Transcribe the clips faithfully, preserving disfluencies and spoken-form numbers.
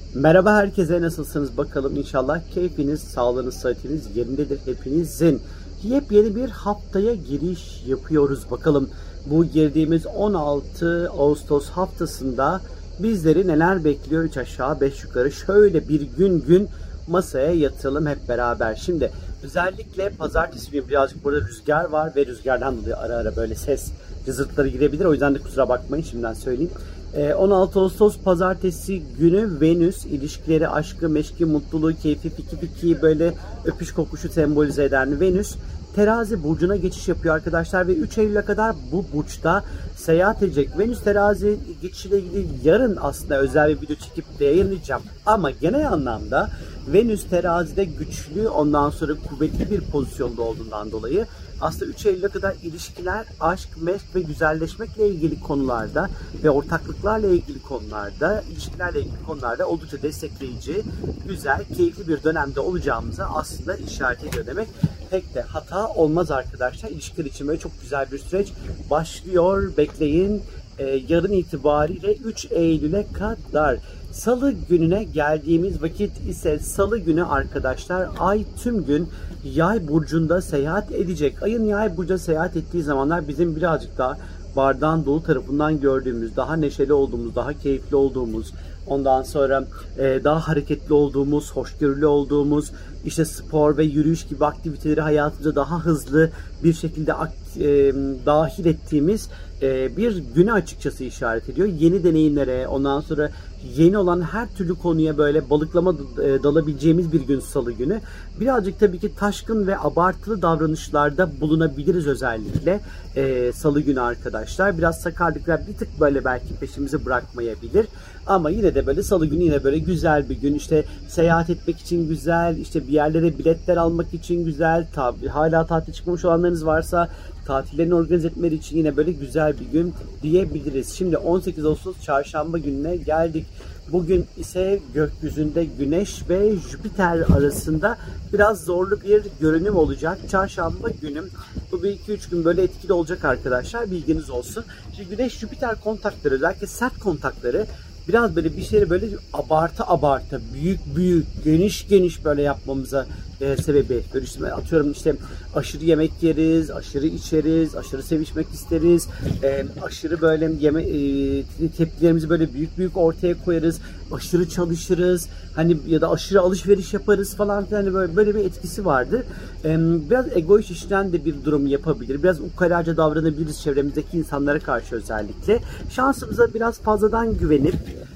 Merhaba herkese, nasılsınız bakalım? İnşallah keyfiniz, sağlığınız, sıhhatiniz yerindedir hepinizin. Yepyeni bir haftaya giriş yapıyoruz bakalım. Bu girdiğimiz on altı Ağustos haftasında bizleri neler bekliyor? Üç aşağı beş yukarı şöyle bir gün gün masaya yatıralım hep beraber. Şimdi özellikle pazartesi günü birazcık burada rüzgar var ve rüzgardan dolayı ara ara böyle ses cızırtları girebilir. O yüzden de kusura bakmayın, şimdiden söyleyeyim. on altı Ağustos pazartesi günü Venüs ilişkileri, aşkı, meşki, mutluluğu, keyfi, fiki fiki böyle öpüş kokuşu sembolize eden Venüs Terazi burcuna geçiş yapıyor arkadaşlar ve üç Eylül'e kadar bu burçta seyahat edecek. Venüs Terazi geçişiyle ilgili yarın aslında özel bir video çekip de yayınlayacağım. Ama genel anlamda Venüs Terazi'de güçlü, ondan sonra kuvvetli bir pozisyonda olduğundan dolayı aslında üç Eylül'e kadar ilişkiler, aşk, meşk ve güzelleşmekle ilgili konularda ve ortaklıklarla ilgili konularda, ilişkilerle ilgili konularda oldukça destekleyici, güzel, keyifli bir dönemde olacağımıza aslında işaret ediyor demek. Pek de hata olmaz arkadaşlar. İlişkiler için böyle çok güzel bir süreç başlıyor. Bekleyin. Ee, yarın itibariyle üç Eylül'e kadar. Salı gününe geldiğimiz vakit ise Salı günü arkadaşlar Ay tüm gün Yay burcunda seyahat edecek. Ayın Yay burcunda seyahat ettiği zamanlar bizim birazcık daha bardağın dolu tarafından gördüğümüz, daha neşeli olduğumuz, daha keyifli olduğumuz, ondan sonra e, daha hareketli olduğumuz, hoşgörülü olduğumuz, işte spor ve yürüyüş gibi aktiviteleri hayatımıza daha hızlı bir şekilde e, dahil ettiğimiz e, bir güne açıkçası işaret ediyor. Yeni deneyimlere, ondan sonra yeni olan her türlü konuya böyle balıklama e, dalabileceğimiz bir gün Salı günü. Birazcık tabii ki taşkın ve abartılı davranışlarda bulunabiliriz özellikle e, Salı günü arkadaşlar. Biraz sakarlıklar bir tık böyle belki peşimizi bırakmayabilir. Ama yine de böyle Salı günü yine böyle güzel bir gün. İşte seyahat etmek için güzel, işte bir yerlere biletler almak için güzel. Tabii hala tatil çıkmış olanlarınız varsa tatillerini organize etmeleri için yine böyle güzel bir gün diyebiliriz. Şimdi on sekiz Ağustos çarşamba gününe geldik. Bugün ise gökyüzünde Güneş ve Jüpiter arasında biraz zorlu bir görünüm olacak. Çarşamba günü bu bir iki üç gün böyle etkili olacak arkadaşlar, bilginiz olsun. Şimdi Güneş Jüpiter kontakları, özellikle sert kontakları biraz böyle bir şeyleri böyle abartı abartı, büyük büyük, geniş geniş böyle yapmamıza e, sebebi. Böyle işte atıyorum işte aşırı yemek yeriz, aşırı içeriz, aşırı sevişmek isteriz, e, aşırı böyle yeme e, tepkilerimizi böyle büyük büyük ortaya koyarız, aşırı çalışırız, hani ya da aşırı alışveriş yaparız falan filan, hani böyle böyle bir etkisi vardır. E, biraz egoist işten de bir durum yapabilir. Biraz ukalaca davranabiliriz çevremizdeki insanlara karşı özellikle. Şansımıza biraz fazladan güvenip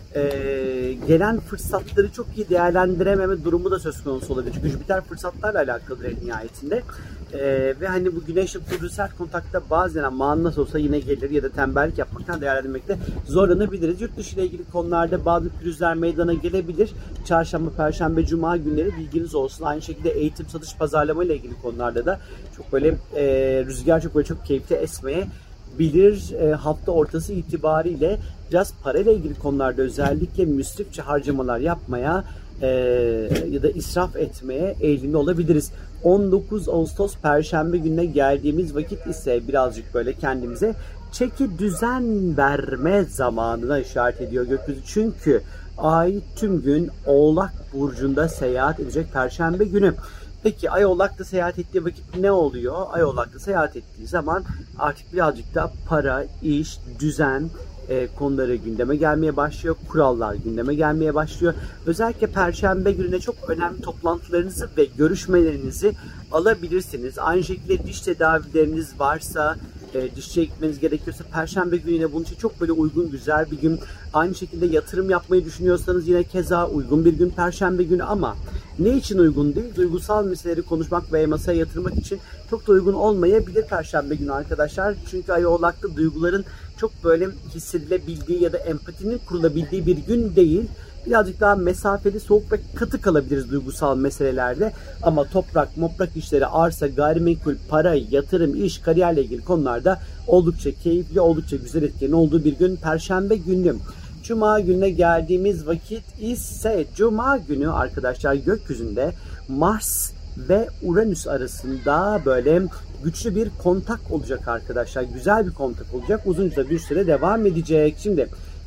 Ee, gelen fırsatları çok iyi değerlendirememe durumu da söz konusu olabilir. Çünkü Jüpiter fırsatlarla alakalıdır en nihayetinde. Ee, ve hani bu güneşle kurduğu sert kontakta bazen ama nasıl olsa yine gelir ya da tembellik yapmaktan değerlendirmekte zorlanabiliriz. Yurt dışı ile ilgili konularda bazı pürüzler meydana gelebilir. Çarşamba, perşembe, cuma günleri bilginiz olsun. Aynı şekilde eğitim, satış, pazarlama ile ilgili konularda da çok böyle e, rüzgar çok böyle çok keyifli esmeye bilir. E, hafta ortası itibariyle biraz parayla ilgili konularda özellikle müsrifçe harcamalar yapmaya e, ya da israf etmeye eğilimli olabiliriz. on dokuz Ağustos Perşembe gününe geldiğimiz vakit ise birazcık böyle kendimize çeki düzen verme zamanına işaret ediyor gökyüzü. Çünkü Ay tüm gün Oğlak burcunda seyahat edecek Perşembe günü. Peki Ay Oğlak'ta seyahat ettiği vakit ne oluyor? Ay Oğlak'ta seyahat ettiği zaman artık birazcık da para, iş, düzen e, konuları gündeme gelmeye başlıyor. Kurallar gündeme gelmeye başlıyor. Özellikle Perşembe gününe çok önemli toplantılarınızı ve görüşmelerinizi alabilirsiniz. Aynı şekilde diş tedavileriniz varsa, E, dişçiye gitmeniz gerekiyorsa Perşembe günü yine bunun için çok böyle uygun, güzel bir gün. Aynı şekilde yatırım yapmayı düşünüyorsanız yine keza uygun bir gün Perşembe günü, ama ne için uygun değil? Duygusal meseleleri konuşmak ve masaya yatırmak için çok da uygun olmayabilir Perşembe günü arkadaşlar. Çünkü Ay Oğlak'ta duyguların çok böyle hissedilebildiği ya da empatinin kurulabildiği bir gün değil. Birazcık daha mesafeli, soğuk ve katı kalabiliriz duygusal meselelerde. Ama toprak, moprak işleri, arsa, gayrimenkul, para, yatırım, iş, kariyerle ilgili konularda oldukça keyifli, oldukça güzel etkilerin olduğu bir gün Perşembe günü. Cuma gününe geldiğimiz vakit ise Cuma günü arkadaşlar gökyüzünde Mars ve Uranüs arasında böyle güçlü bir kontak olacak arkadaşlar. Güzel bir kontak olacak. Uzunca bir süre devam edecek. Şimdi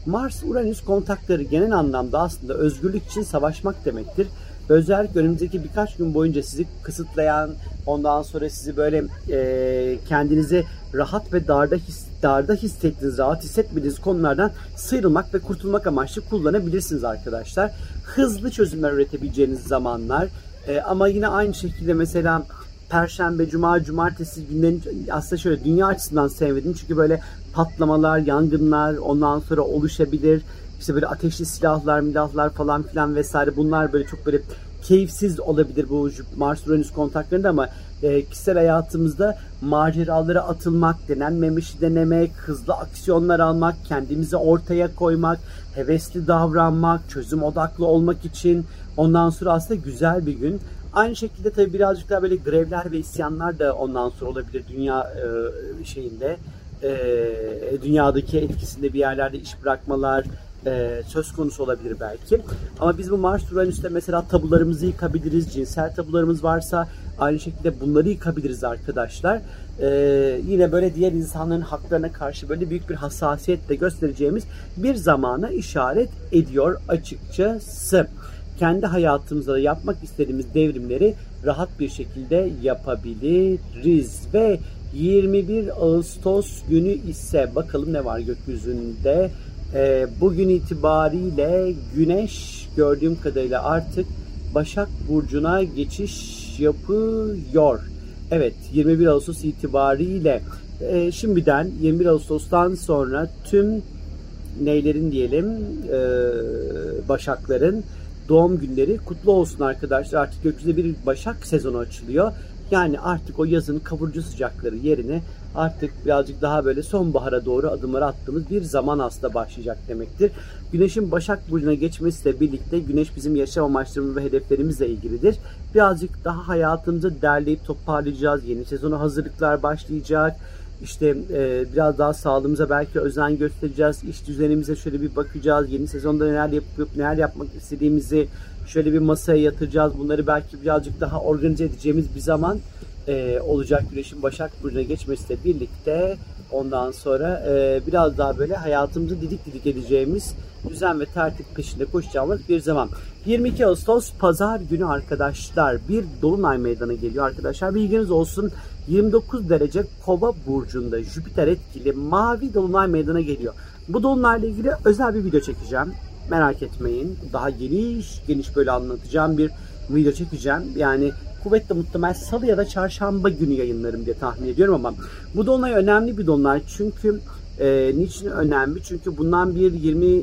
Mars-Uranüs kontakları genel anlamda aslında özgürlük için savaşmak demektir. Özellikle önümüzdeki birkaç gün boyunca sizi kısıtlayan, ondan sonra sizi böyle e, kendinizi rahat ve darda his, darda hissettiğiniz, rahat hissetmediğiniz konulardan sıyrılmak ve kurtulmak amaçlı kullanabilirsiniz arkadaşlar. Hızlı çözümler üretebileceğiniz zamanlar. E, ama yine aynı şekilde mesela Perşembe, Cuma, Cumartesi günlerin aslında şöyle dünya açısından sevmedim. Çünkü böyle patlamalar, yangınlar ondan sonra oluşabilir. İşte böyle ateşli silahlar, milahlar falan filan vesaire, bunlar böyle çok böyle keyifsiz olabilir bu Mars-Uranüs kontaklarında, ama e, kişisel hayatımızda maceralara atılmak, denenmemişi denemek, hızlı aksiyonlar almak, kendimizi ortaya koymak, hevesli davranmak, çözüm odaklı olmak için ondan sonra aslında güzel bir gün. Aynı şekilde tabii birazcık daha böyle grevler ve isyanlar da ondan sonra olabilir dünya e, şeyinde, e, dünyadaki etkisinde bir yerlerde iş bırakmalar e, söz konusu olabilir belki. Ama biz bu Mars-Uranüs'te mesela tabularımızı yıkabiliriz, cinsel tabularımız varsa aynı şekilde bunları yıkabiliriz arkadaşlar. E, yine böyle diğer insanların haklarına karşı böyle büyük bir hassasiyetle göstereceğimiz bir zamana işaret ediyor açıkçası. Kendi hayatımızda da yapmak istediğimiz devrimleri rahat bir şekilde yapabiliriz. Ve yirmi bir Ağustos günü ise bakalım ne var gökyüzünde. Ee, bugün itibariyle Güneş gördüğüm kadarıyla artık Başak Burcu'na geçiş yapıyor. Evet, yirmi bir Ağustos itibariyle e, şimdiden yirmi bir Ağustos'tan sonra tüm neylerin diyelim e, Başakların doğum günleri kutlu olsun arkadaşlar. Artık gökyüzünde bir Başak sezonu açılıyor. Yani artık o yazın kavurucu sıcakları yerine artık birazcık daha böyle sonbahara doğru adımlar attığımız bir zaman aslında başlayacak demektir. Güneşin Başak Burcu'na geçmesiyle birlikte Güneş bizim yaşam amaçlarımız ve hedeflerimizle ilgilidir. Birazcık daha hayatımızı derleyip toparlayacağız. Yeni sezona hazırlıklar başlayacak. İşte e, biraz daha sağlığımıza belki özen göstereceğiz. İş düzenimize şöyle bir bakacağız. Yeni sezonda neler yapıp neler yapmak istediğimizi şöyle bir masaya yatıracağız. Bunları belki birazcık daha organize edeceğimiz bir zaman e, olacak Güneş'in Başak Burcu'na geçmesiyle birlikte. Ondan sonra e, biraz daha böyle hayatımızı didik didik edeceğimiz, düzen ve tertip peşinde koşacağımız bir zaman. yirmi iki Ağustos Pazar günü arkadaşlar bir dolunay meydana geliyor arkadaşlar. Bilginiz olsun, yirmi dokuz derece Kova burcunda Jüpiter etkili mavi dolunay meydana geliyor. Bu dolunayla ilgili özel bir video çekeceğim. Merak etmeyin. Daha geniş geniş böyle anlatacağım bir video çekeceğim. Yani kuvvetle muhtemel salı ya da çarşamba günü yayınlarım diye tahmin ediyorum, ama bu dolunay önemli bir dolunay. Çünkü e, niçin önemli? Çünkü bundan bir yirmi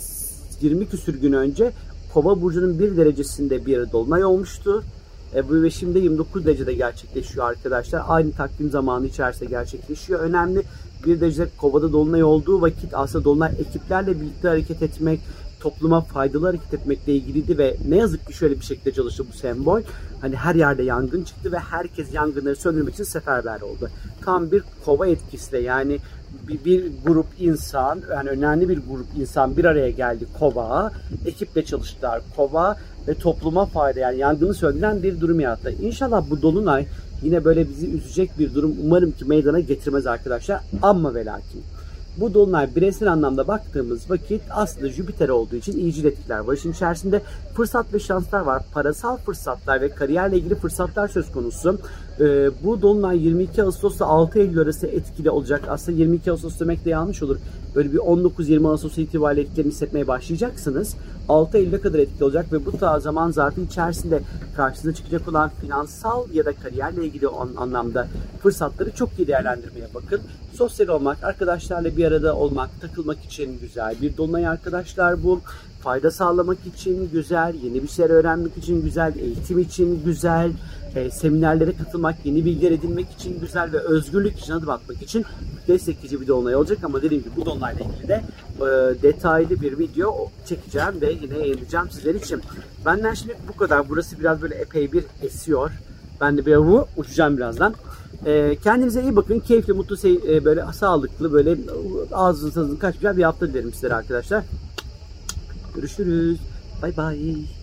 yirmi küsür gün önce Kova burcunun bir derecesinde bir dolunay olmuştu. E, bu ve şimdi yirmi dokuz derecede gerçekleşiyor arkadaşlar. Aynı takvim zamanı içerisinde gerçekleşiyor. Önemli, bir derece Kova'da dolunay olduğu vakit aslında dolunay ekiplerle birlikte hareket etmek, topluma faydalı hareket etmekle ilgiliydi ve ne yazık ki şöyle bir şekilde çalıştı bu sembol. Hani her yerde yangın çıktı ve herkes yangınları söndürmek için seferber oldu. Tam bir Kova etkisiyle, yani bir, bir grup insan, yani önemli bir grup insan bir araya geldi Kova, ekiple çalıştılar Kova ve topluma fayda, yani yangını söndüren bir durum yarattı. İnşallah bu dolunay yine böyle bizi üzecek bir durum umarım ki meydana getirmez arkadaşlar. Ama ve lakin bu dolunay bireysel anlamda baktığımız vakit aslında Jüpiter olduğu için iyicil etkiler var. İşin içerisinde fırsat ve şanslar var. Parasal fırsatlar ve kariyerle ilgili fırsatlar söz konusu. Ee, bu dolunay yirmi iki Ağustos'ta altı Eylül arası etkili olacak. Aslında yirmi iki Ağustos demek de yanlış olur. Böyle bir on dokuz yirmi Ağustos itibariyle etkilerini hissetmeye başlayacaksınız. altı Eylül'e kadar etkili olacak ve bu tarz zaman zarfı içerisinde karşınıza çıkacak olan finansal ya da kariyerle ilgili anlamda fırsatları çok iyi değerlendirmeye bakın. Sosyal olmak, arkadaşlarla bir arada olmak, takılmak için güzel bir dolunay arkadaşlar bu. Fayda sağlamak için güzel, yeni bir şeyler öğrenmek için güzel, eğitim için güzel, e, seminerlere katılmak, yeni bilgiler edinmek için güzel ve özgürlük için adım atmak için destekleyici bir dolunay olacak. Ama dediğim gibi bu dolunayla ilgili de e, detaylı bir video çekeceğim ve yine yayınlayacağım sizler için. Benden şimdi bu kadar. Burası biraz böyle epey bir esiyor. Ben de bir bu uçacağım birazdan. E, kendinize iyi bakın. Keyifli, mutlu, e, böyle sağlıklı, böyle ağzınızın tadını kaçmayacağı bir hafta dilerim sizlere arkadaşlar. Görüşürüz. Bay bay.